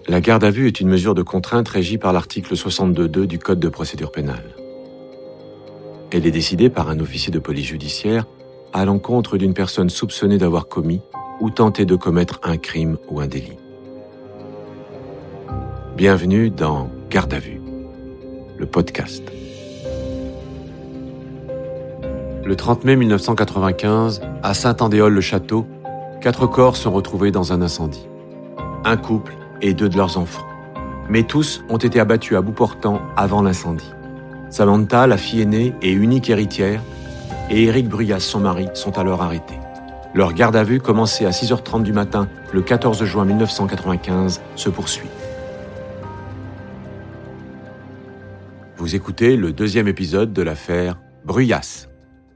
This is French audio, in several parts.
La garde à vue est une mesure de contrainte régie par l'article 62.2 du Code de procédure pénale. Elle est décidée par un officier de police judiciaire à l'encontre d'une personne soupçonnée d'avoir commis ou tenté de commettre un crime ou un délit. Bienvenue dans Garde à vue, le podcast. Le 30 mai 1995, à Saint-Andéol-le-Château, 4 corps sont retrouvés dans un incendie. Un couple et 2 de leurs enfants. Mais tous ont été abattus à bout portant avant l'incendie. Samantha, la fille aînée et unique héritière, et Éric Bruyas, son mari, sont alors arrêtés. Leur garde à vue, commencée à 6h30 du matin le 14 juin 1995, se poursuit. Vous écoutez le 2e épisode de l'affaire Bruyas.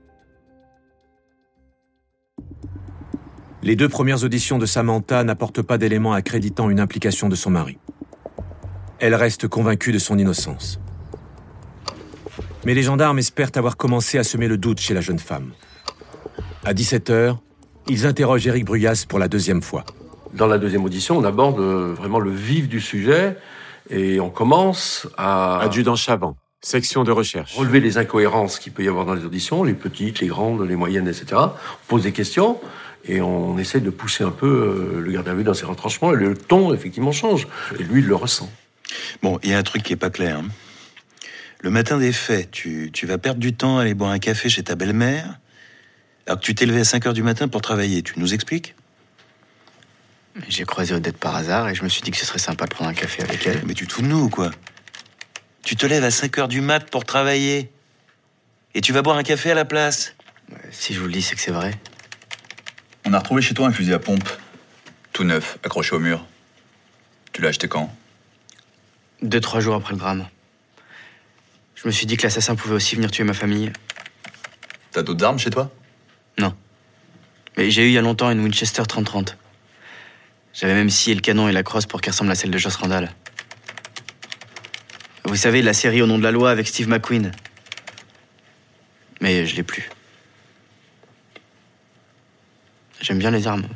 Les 2 premières auditions de Samantha n'apportent pas d'éléments accréditant une implication de son mari. Elle reste convaincue de son innocence. Mais les gendarmes espèrent avoir commencé à semer le doute chez la jeune femme. À 17h, ils interrogent Éric Bruyas pour la 2e fois. Dans la 2e audition, on aborde vraiment le vif du sujet et on commence à... Adjudant Chavant, section de recherche. Relever les incohérences qu'il peut y avoir dans les auditions, les petites, les grandes, les moyennes, etc. On pose des questions et on essaie de pousser un peu le garde à vue dans ses retranchements et le ton, effectivement, change. Et lui, il le ressent. Bon, il y a un truc qui est pas clair. Le matin des faits, tu vas perdre du temps à aller boire un café chez ta belle-mère, alors que tu t'es levé à 5h du matin pour travailler. Tu nous expliques ? J'ai croisé Odette par hasard et je me suis dit que ce serait sympa de prendre un café avec elle. Mais tu te fous de nous ou quoi ? Tu te lèves à 5h du mat pour travailler. Et tu vas boire un café à la place. Si je vous le dis, c'est que c'est vrai. On a retrouvé chez toi un fusil à pompe, tout neuf, accroché au mur. Tu l'as acheté quand ? 2-3 jours après le drame. Je me suis dit que l'assassin pouvait aussi venir tuer ma famille. T'as d'autres armes chez toi ? Non. Mais j'ai eu il y a longtemps une Winchester 30-30. J'avais même scié le canon et la crosse pour qu'elle ressemble à celle de Joss Randall. Vous savez, la série Au nom de la loi avec Steve McQueen. Mais je l'ai plus. J'aime bien les armes.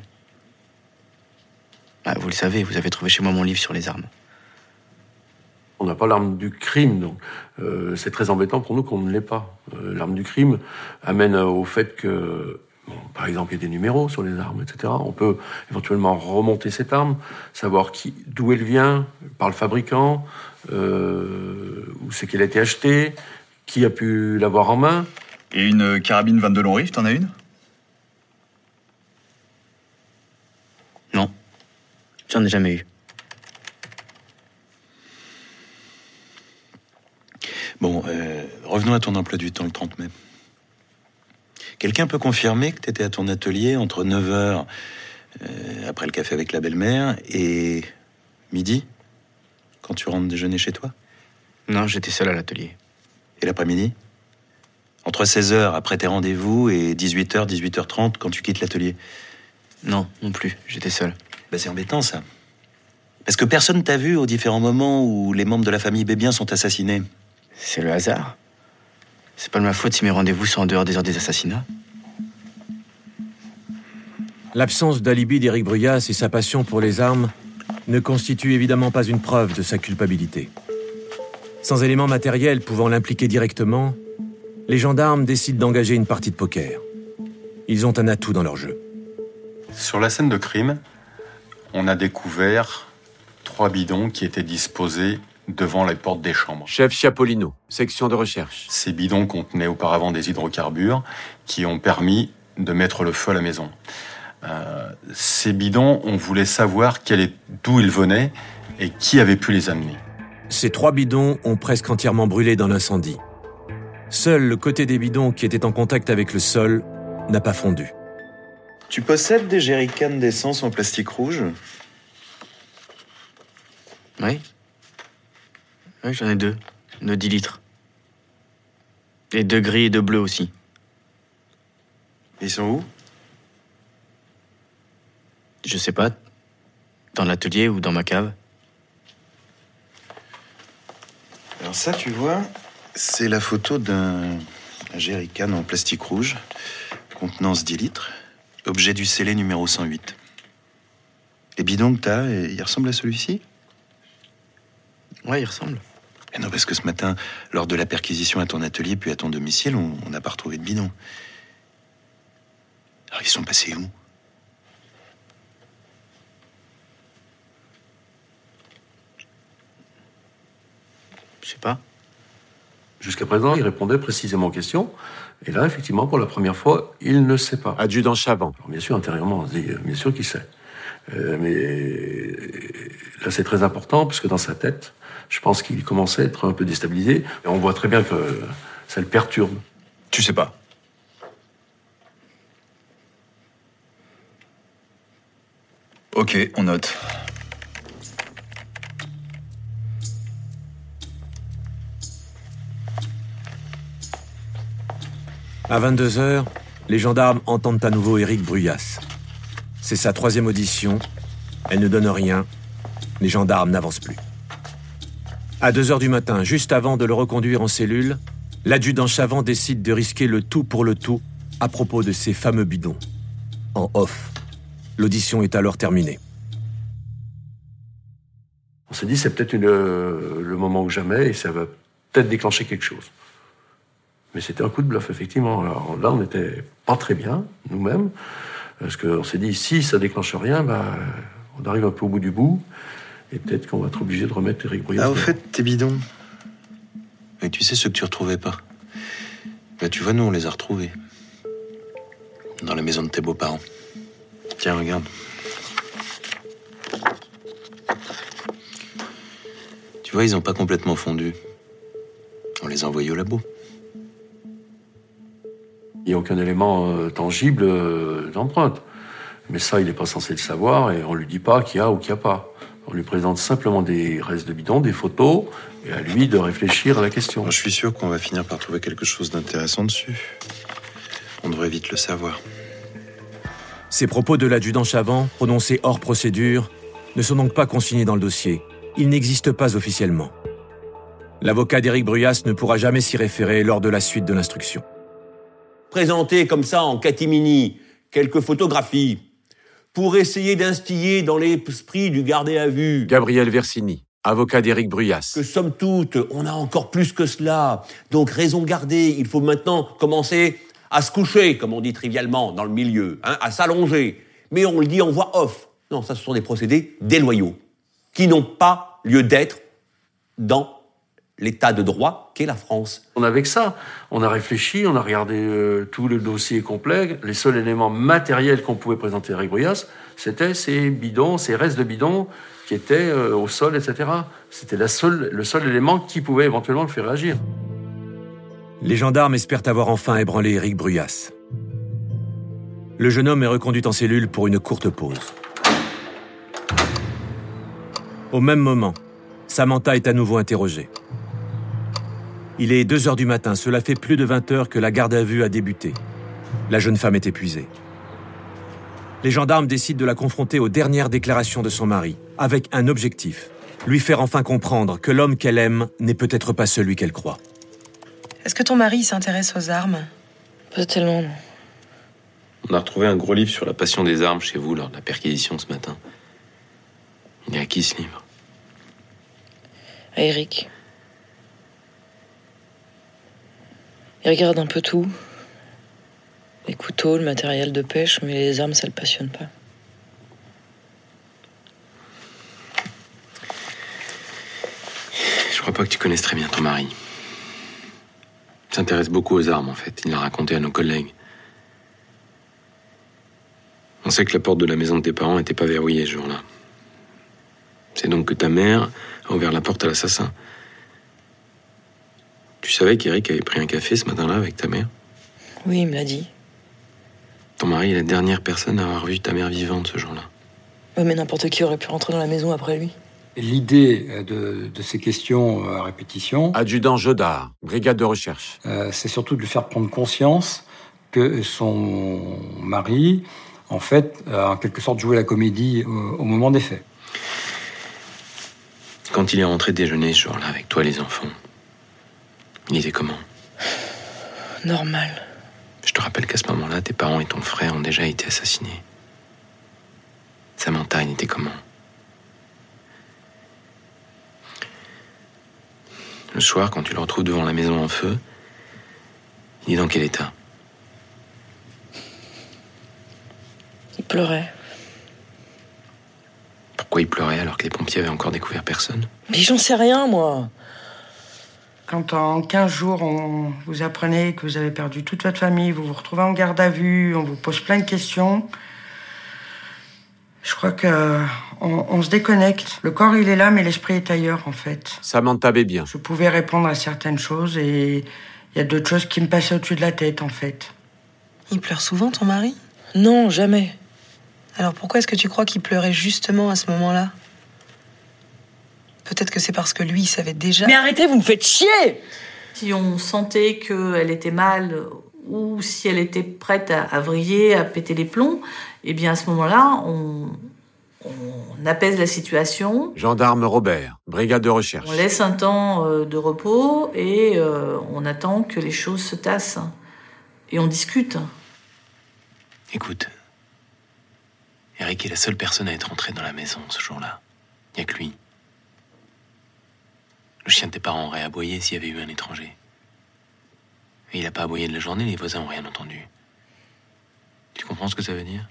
Ah, vous le savez, vous avez trouvé chez moi mon livre sur les armes. On n'a pas l'arme du crime, donc c'est très embêtant pour nous qu'on ne l'ait pas. L'arme du crime amène au fait que, par exemple, il y a des numéros sur les armes, etc. On peut éventuellement remonter cette arme, savoir d'où elle vient, par le fabricant, où c'est qu'elle a été achetée, qui a pu l'avoir en main. Et une carabine 22 long rifle, t'en as une ? Non. J'en ai jamais eu. Bon, revenons à ton emploi du temps le 30 mai. Quelqu'un peut confirmer que tu étais à ton atelier entre 9h, après le café avec la belle-mère, et midi, quand tu rentres déjeuner chez toi ? Non, j'étais seul à l'atelier. Et l'après-midi ? Entre 16h, après tes rendez-vous, et 18h, 18h30, quand tu quittes l'atelier ? Non, non plus, j'étais seul. Ben, c'est embêtant, ça. Parce que personne t'a vu aux différents moments où les membres de la famille Bébien sont assassinés. C'est le hasard. C'est pas de ma faute si mes rendez-vous sont en dehors des heures des assassinats. L'absence d'alibi d'Éric Bruyas et sa passion pour les armes ne constituent évidemment pas une preuve de sa culpabilité. Sans éléments matériels pouvant l'impliquer directement, les gendarmes décident d'engager une partie de poker. Ils ont un atout dans leur jeu. Sur la scène de crime, on a découvert 3 bidons qui étaient disposés devant les portes des chambres. Chef Chiapolino, section de recherche. Ces bidons contenaient auparavant des hydrocarbures qui ont permis de mettre le feu à la maison. Ces bidons, on voulait savoir d'où ils venaient et qui avait pu les amener. Ces 3 bidons ont presque entièrement brûlé dans l'incendie. Seul le côté des bidons qui était en contact avec le sol n'a pas fondu. Tu possèdes des jerrycans d'essence en plastique rouge ? Oui. Oui, j'en ai 2. De 10 litres. Et 2 gris et 2 bleus aussi. Ils sont où ? Je sais pas. Dans l'atelier ou dans ma cave. Alors ça, tu vois, c'est la photo d'un jerrycan en plastique rouge, contenance 10 litres, objet du scellé numéro 108. Les bidons que t'as, ils ressemblent à celui-ci ? Ouais, il ressemble. Mais non, parce que ce matin, lors de la perquisition à ton atelier puis à ton domicile, on n'a pas retrouvé de bidon. Alors, ils sont passés où? Je sais pas. Jusqu'à présent, il répondait précisément aux questions. Et là, effectivement, pour la première fois, il ne sait pas. Adjudant Chavant. Alors, bien sûr, intérieurement, on se dit, bien sûr qu'il sait. Mais là, c'est très important, parce que dans sa tête, je pense qu'il commençait à être un peu déstabilisé. Et on voit très bien que ça le perturbe. Tu sais pas. Ok, on note. À 22h, les gendarmes entendent à nouveau Éric Bruyas. C'est sa 3e audition. Elle ne donne rien. Les gendarmes n'avancent plus. À 2h du matin, juste avant de le reconduire en cellule, l'adjudant Chavant décide de risquer le tout pour le tout à propos de ces fameux bidons. En off. L'audition est alors terminée. On s'est dit, c'est peut-être le moment ou jamais, et ça va peut-être déclencher quelque chose. Mais c'était un coup de bluff, effectivement. Alors là, on n'était pas très bien, nous-mêmes, parce qu'on s'est dit, si ça déclenche rien, on arrive un peu au bout du bout, et peut-être qu'on va être obligé de remettre Éric Bruyas. Ah, au fait, tes bidons. Mais tu sais ceux que tu retrouvais pas. Bah, tu vois, nous, on les a retrouvés. Dans la maison de tes beaux-parents. Tiens, regarde. Tu vois, ils n'ont pas complètement fondu. On les a envoyés au labo. Il n'y a aucun élément tangible d'empreinte. Mais ça, il n'est pas censé le savoir, et on ne lui dit pas qu'il y a ou qu'il n'y a pas. On lui présente simplement des restes de bidon, des photos, et à lui de réfléchir à la question. Je suis sûr qu'on va finir par trouver quelque chose d'intéressant dessus. On devrait vite le savoir. Ces propos de l'adjudant Chavant, prononcés hors procédure, ne sont donc pas consignés dans le dossier. Ils n'existent pas officiellement. L'avocat d'Éric Bruyas ne pourra jamais s'y référer lors de la suite de l'instruction. Présenter comme ça en catimini quelques photographies pour essayer d'instiller dans l'esprit du gardé à vue Gabriel Versini, avocat d'Éric Bruyas. que somme toute, on a encore plus que cela. Donc raison gardée, il faut maintenant commencer à se coucher, comme on dit trivialement dans le milieu, à s'allonger. Mais on le dit en voix off. Non, ça ce sont des procédés déloyaux qui n'ont pas lieu d'être dans l'état de droit qu'est la France. On avait que ça. On a réfléchi, on a regardé tout le dossier complet. Les seuls éléments matériels qu'on pouvait présenter à Éric Bruyas, c'était ces bidons, ces restes de bidons qui étaient au sol, etc. C'était le seul élément qui pouvait éventuellement le faire réagir. Les gendarmes espèrent avoir enfin ébranlé Éric Bruyas. Le jeune homme est reconduit en cellule pour une courte pause. Au même moment, Samantha est à nouveau interrogée. Il est 2h du matin, cela fait plus de 20 heures que la garde à vue a débuté. La jeune femme est épuisée. Les gendarmes décident de la confronter aux dernières déclarations de son mari, avec un objectif, lui faire enfin comprendre que l'homme qu'elle aime n'est peut-être pas celui qu'elle croit. Est-ce que ton mari s'intéresse aux armes? Pas tellement, non. On a retrouvé un gros livre sur la passion des armes chez vous lors de la perquisition ce matin. Il est à qui ce livre? À Eric. Il regarde un peu tout. Les couteaux, le matériel de pêche, mais les armes, ça le passionne pas. Je crois pas que tu connaisses très bien ton mari. Il s'intéresse beaucoup aux armes, en fait. Il l'a raconté à nos collègues. On sait que la porte de la maison de tes parents n'était pas verrouillée ce jour-là. C'est donc que ta mère a ouvert la porte à l'assassin. Tu savais qu'Eric avait pris un café ce matin-là avec ta mère? Oui, il me l'a dit. Ton mari est la dernière personne à avoir vu ta mère vivante ce jour-là. Ouais, mais n'importe qui aurait pu rentrer dans la maison après lui. L'idée de ces questions à répétition... Adjudant Jodard, brigade de recherche. C'est surtout de lui faire prendre conscience que son mari, en fait, a en quelque sorte joué la comédie au moment des faits. Quand il est rentré déjeuner ce jour-là avec toi et les enfants, il était comment? Normal. Je te rappelle qu'à ce moment-là, tes parents et ton frère ont déjà été assassinés. Samantha, il était comment? Le soir, quand tu le retrouves devant la maison en feu, il est dans quel état? Il pleurait. Pourquoi il pleurait alors que les pompiers avaient encore découvert personne? Mais j'en sais rien, moi. Quand en 15 jours, on vous apprenez que vous avez perdu toute votre famille, vous vous retrouvez en garde à vue, on vous pose plein de questions, je crois qu'on se déconnecte. Le corps, il est là, mais l'esprit est ailleurs, en fait. Samantha Bébien. Je pouvais répondre à certaines choses et il y a d'autres choses qui me passaient au-dessus de la tête, en fait. Il pleure souvent, ton mari? Non, jamais. Alors pourquoi est-ce que tu crois qu'il pleurait justement à ce moment-là? Peut-être que c'est parce que lui, il savait déjà... Mais arrêtez, vous me faites chier! Si on sentait qu'elle était mal ou si elle était prête à vriller, à péter les plombs, eh bien à ce moment-là, on apaise la situation. Gendarme Robert, brigade de recherche. On laisse un temps de repos et on attend que les choses se tassent. Et on discute. Écoute, Eric est la seule personne à être entrée dans la maison ce jour-là. Il n'y a que lui. Le chien de tes parents aurait aboyé s'il y avait eu un étranger. Et il n'a pas aboyé de la journée, les voisins n'ont rien entendu. Tu comprends ce que ça veut dire?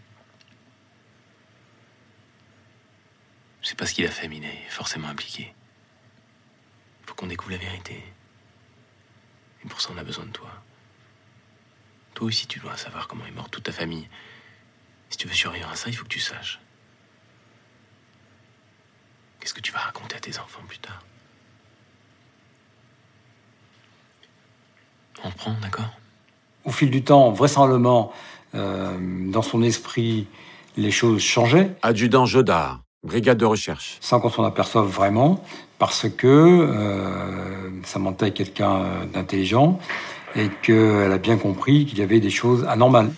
Je sais pas ce qu'il a fait, mais il est forcément impliqué. Il faut qu'on découvre la vérité. Et pour ça, on a besoin de toi. Toi aussi, tu dois savoir comment est morte toute ta famille. Si tu veux survivre à ça, il faut que tu saches. Qu'est-ce que tu vas raconter à tes enfants plus tard? On prend, d'accord? Au fil du temps, vraisemblablement, dans son esprit, les choses changeaient. Adjudant Jodard, brigade de recherche. Sans qu'on s'en aperçoive vraiment, parce que Samantha est quelqu'un d'intelligent et qu'elle a bien compris qu'il y avait des choses anormales.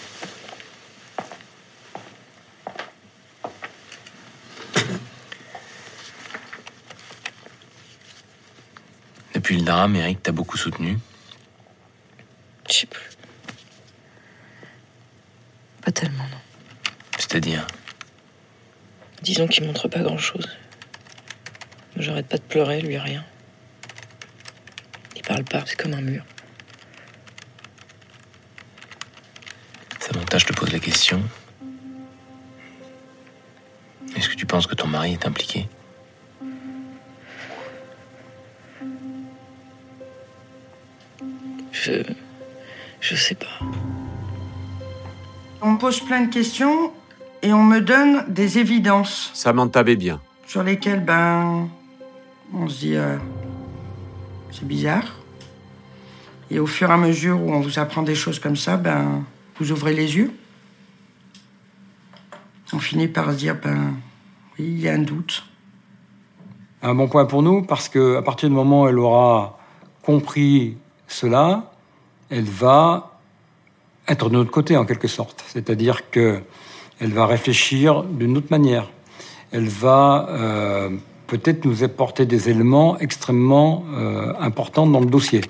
Depuis le drame, Eric t'a beaucoup soutenu. Je sais plus. Pas tellement, non. C'est-à-dire? Disons qu'il montre pas grand-chose. Moi, j'arrête pas de pleurer, lui, rien. Il parle pas, c'est comme un mur. Samantha, je te pose la question. Est-ce que tu penses que ton mari est impliqué? Je sais pas. On me pose plein de questions et on me donne des évidences. Samantha Bébien. Sur lesquelles, on se dit, c'est bizarre. Et au fur et à mesure où on vous apprend des choses comme ça, vous ouvrez les yeux. On finit par se dire, oui, il y a un doute. Un bon point pour nous, parce qu'à partir du moment où elle aura compris cela, elle va être de notre côté, en quelque sorte. C'est-à-dire qu'elle va réfléchir d'une autre manière. Elle va peut-être nous apporter des éléments extrêmement importants dans le dossier.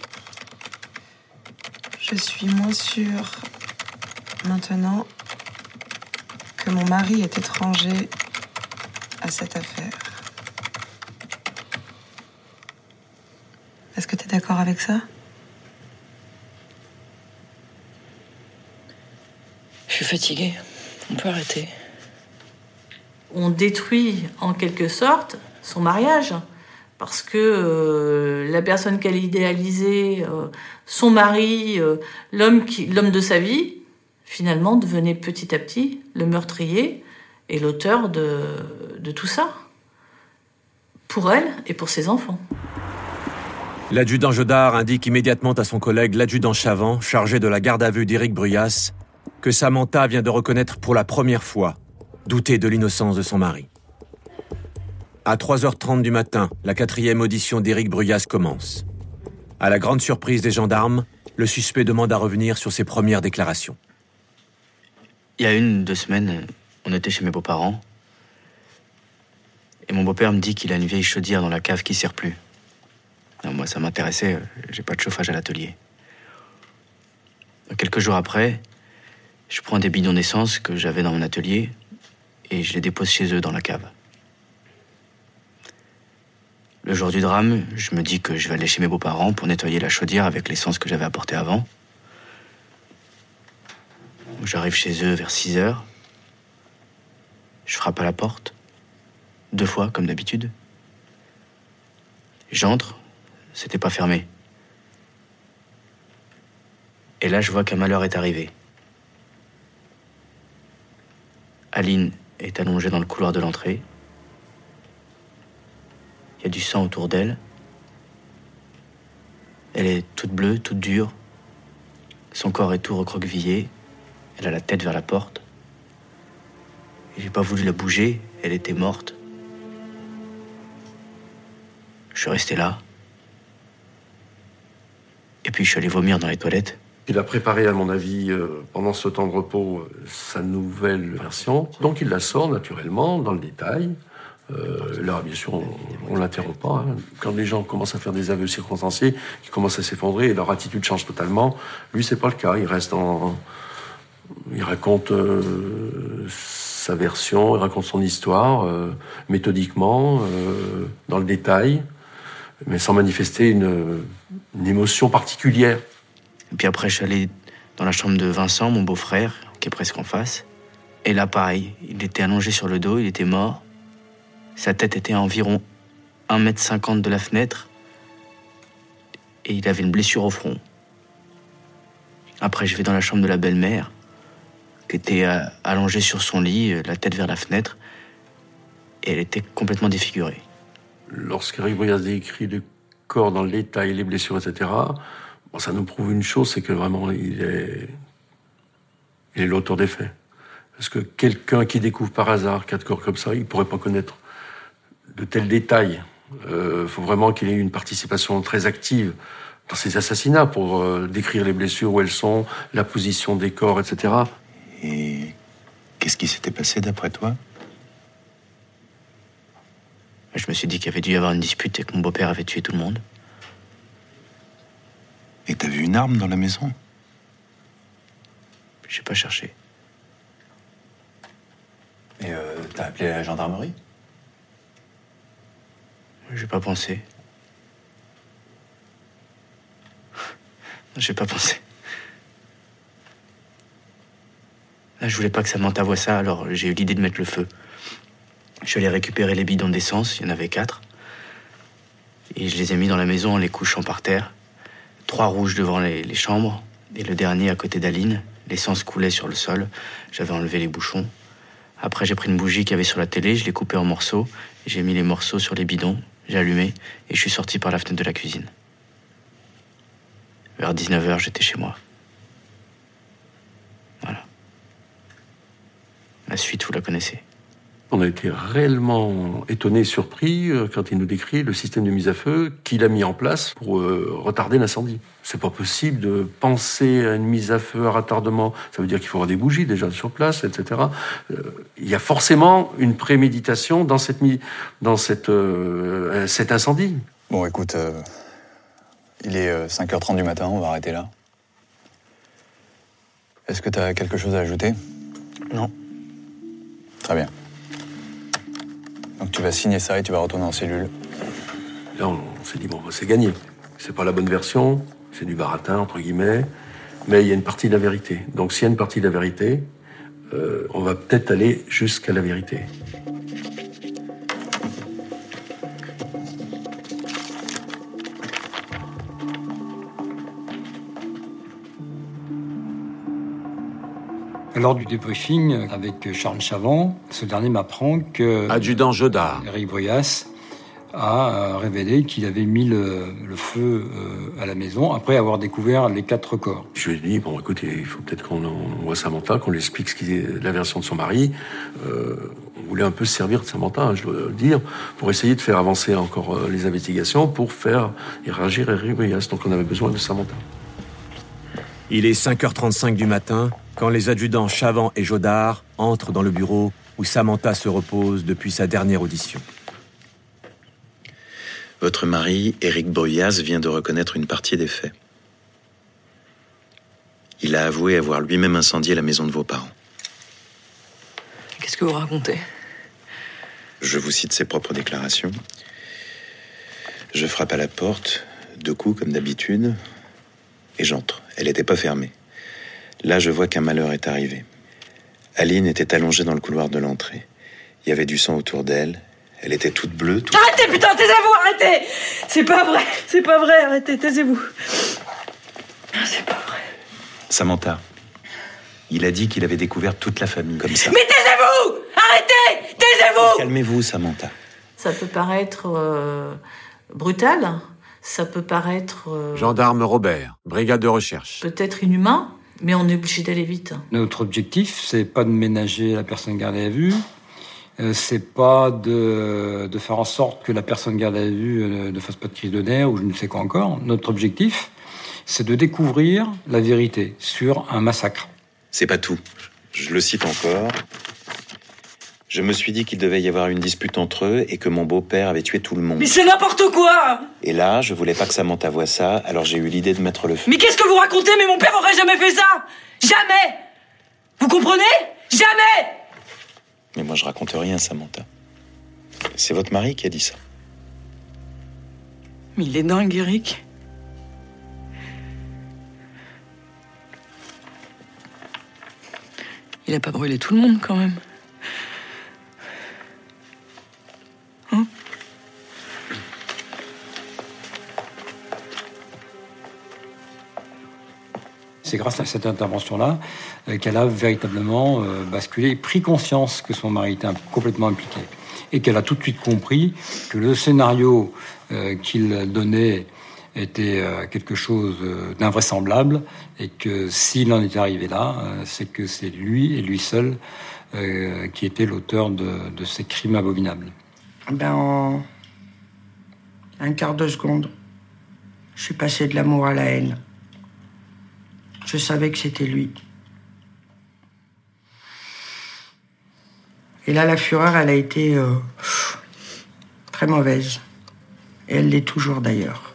Je suis moins sûre maintenant que mon mari est étranger à cette affaire. Est-ce que tu es d'accord avec ça? Je suis fatiguée. On peut arrêter. On détruit en quelque sorte son mariage parce que la personne qu'elle idéalisait, son mari, l'homme de sa vie, finalement devenait petit à petit le meurtrier et l'auteur de tout ça. Pour elle et pour ses enfants. L'adjudant Jodard indique immédiatement à son collègue l'adjudant Chavant, chargé de la garde à vue d'Éric Bruyas, que Samantha vient de reconnaître pour la première fois douter de l'innocence de son mari. À 3h30 du matin, la 4e audition d'Éric Bruyas commence. À la grande surprise des gendarmes, le suspect demande à revenir sur ses premières déclarations. Il y a 2 semaines, on était chez mes beaux-parents. Et mon beau-père me dit qu'il a une vieille chaudière dans la cave qui ne sert plus. Alors moi, ça m'intéressait, j'ai pas de chauffage à l'atelier. Quelques jours après, je prends des bidons d'essence que j'avais dans mon atelier et je les dépose chez eux dans la cave. Le jour du drame, je me dis que je vais aller chez mes beaux-parents pour nettoyer la chaudière avec l'essence que j'avais apportée avant. J'arrive chez eux vers 6 heures. Je frappe à la porte. 2 fois, comme d'habitude. J'entre, c'était pas fermé. Et là, je vois qu'un malheur est arrivé. Aline est allongée dans le couloir de l'entrée. Il y a du sang autour d'elle. Elle est toute bleue, toute dure. Son corps est tout recroquevillé. Elle a la tête vers la porte. J'ai pas voulu la bouger, elle était morte. Je suis resté là. Et puis je suis allé vomir dans les toilettes. Il a préparé, à mon avis, pendant ce temps de repos, sa nouvelle version. Donc il la sort naturellement, dans le détail. Là, bien sûr, on ne l'interrompt pas. Hein. Quand les gens commencent à faire des aveux circonstanciés, ils commencent à s'effondrer et leur attitude change totalement. Lui, c'est pas le cas. Il reste il raconte sa version, il raconte son histoire, méthodiquement, dans le détail, mais sans manifester une émotion particulière. Et puis après, je suis allé dans la chambre de Vincent, mon beau-frère, qui est presque en face. Et là, pareil, il était allongé sur le dos, il était mort. Sa tête était à environ 1,50 m de la fenêtre. Et il avait une blessure au front. Après, je vais dans la chambre de la belle-mère, qui était allongée sur son lit, la tête vers la fenêtre. Et elle était complètement défigurée. Lorsqu'Éric Bruyas décrit le corps dans le détail, les blessures, etc., bon, ça nous prouve une chose, c'est que vraiment, il est l'auteur des faits. Parce que quelqu'un qui découvre par hasard 4 corps comme ça, il ne pourrait pas connaître de tels détails. Faut vraiment qu'il ait une participation très active dans ces assassinats pour décrire les blessures, où elles sont, la position des corps, etc. Et qu'est-ce qui s'était passé d'après toi? Je me suis dit qu'il y avait dû y avoir une dispute et que mon beau-père avait tué tout le monde. Et t'as vu une arme dans la maison? J'ai pas cherché. Et t'as appelé la gendarmerie? J'ai pas pensé. J'ai pas pensé. Là, je voulais pas que Samantha voie ça, alors j'ai eu l'idée de mettre le feu. Je suis allé récupérer les bidons d'essence, il y en avait 4. Et je les ai mis dans la maison en les couchant par terre. 3 rouges devant les chambres, et le dernier à côté d'Aline. L'essence coulait sur le sol, j'avais enlevé les bouchons. Après, j'ai pris une bougie qu'il y avait sur la télé, je l'ai coupée en morceaux, j'ai mis les morceaux sur les bidons, j'ai allumé, et je suis sorti par la fenêtre de la cuisine. Vers 19h, j'étais chez moi. Voilà. La suite, vous la connaissez. On a été réellement étonnés, surpris, quand il nous décrit le système de mise à feu qu'il a mis en place pour retarder l'incendie. C'est pas possible de penser à une mise à feu, à retardement. Ça veut dire qu'il faut avoir des bougies déjà sur place, etc. Il y a forcément une préméditation dans cet incendie. Bon, écoute, il est 5h30 du matin, on va arrêter là. Est-ce que t'as quelque chose à ajouter? Non. Très bien. Donc tu vas signer ça et tu vas retourner en cellule. Là, on s'est dit, bon, c'est gagné. C'est pas la bonne version, c'est du baratin, entre guillemets, mais il y a une partie de la vérité. Donc s'il y a une partie de la vérité, on va peut-être aller jusqu'à la vérité. Lors du débriefing avec Charles Chavant, ce dernier m'apprend que adjudant Jodard, Éric Bruyas a révélé qu'il avait mis le feu à la maison après avoir découvert les 4 corps. Je lui ai dit, bon, écoutez, il faut peut-être qu'on voit Samantha, qu'on lui explique ce qui est la version de son mari. On voulait un peu se servir de Samantha, hein, je dois le dire, pour essayer de faire avancer encore les investigations, pour faire réagir Éric Bruyas. Donc on avait besoin de Samantha. Il est 5h35 du matin quand les adjudants Chavant et Jodard entrent dans le bureau où Samantha se repose depuis sa dernière audition. Votre mari, Éric Bruyas, vient de reconnaître une partie des faits. Il a avoué avoir lui-même incendié la maison de vos parents. Qu'est-ce que vous racontez? Je vous cite ses propres déclarations. Je frappe à la porte, 2 coups comme d'habitude, et j'entre. Elle n'était pas fermée. Là, je vois qu'un malheur est arrivé. Aline était allongée dans le couloir de l'entrée. Il y avait du sang autour d'elle. Elle était toute bleue. Arrêtez, putain, taisez-vous, arrêtez! C'est pas vrai, arrêtez, taisez-vous. C'est pas vrai. Samantha, il a dit qu'il avait découvert toute la famille comme ça. Mais taisez-vous! Arrêtez! Taisez-vous! Calmez-vous, Samantha. Ça peut paraître brutal, ça peut paraître... Gendarme Robert, brigade de recherche. Peut-être inhumain, mais on est obligé d'aller vite. Notre objectif, c'est pas de ménager la personne gardée à vue, c'est pas de faire en sorte que la personne gardée à vue ne fasse pas de crise de nerfs ou je ne sais quoi encore. Notre objectif, c'est de découvrir la vérité sur un massacre. C'est pas tout. Je le cite encore. Je me suis dit qu'il devait y avoir une dispute entre eux et que mon beau-père avait tué tout le monde. Mais c'est n'importe quoi! Et là, je voulais pas que Samantha voie ça, alors j'ai eu l'idée de mettre le feu. Mais qu'est-ce que vous racontez? Mais mon père aurait jamais fait ça! Jamais! Vous comprenez? Jamais! Mais moi, je raconte rien, Samantha. C'est votre mari qui a dit ça. Mais il est dingue, Eric. Il a pas brûlé tout le monde, quand même. Hein? C'est grâce à cette intervention-là qu'elle a véritablement basculé, pris conscience que son mari était complètement impliqué. Et qu'elle a tout de suite compris que le scénario qu'il donnait était quelque chose d'invraisemblable et que s'il en était arrivé là, c'est que c'est lui et lui seul qui était l'auteur de ces crimes abominables. En un quart de seconde, je suis passé de l'amour à la haine. Je savais que c'était lui. Et là, la fureur, elle a été très mauvaise. Et elle l'est toujours d'ailleurs.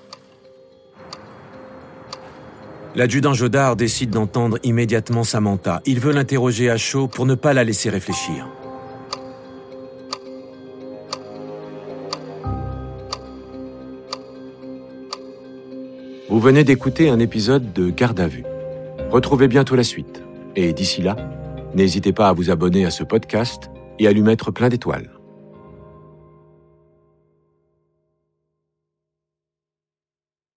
L'adjudant Jodard décide d'entendre immédiatement Samantha. Il veut l'interroger à chaud pour ne pas la laisser réfléchir. Vous venez d'écouter un épisode de Garde à vue. Retrouvez bientôt la suite. Et d'ici là, n'hésitez pas à vous abonner à ce podcast et à lui mettre plein d'étoiles.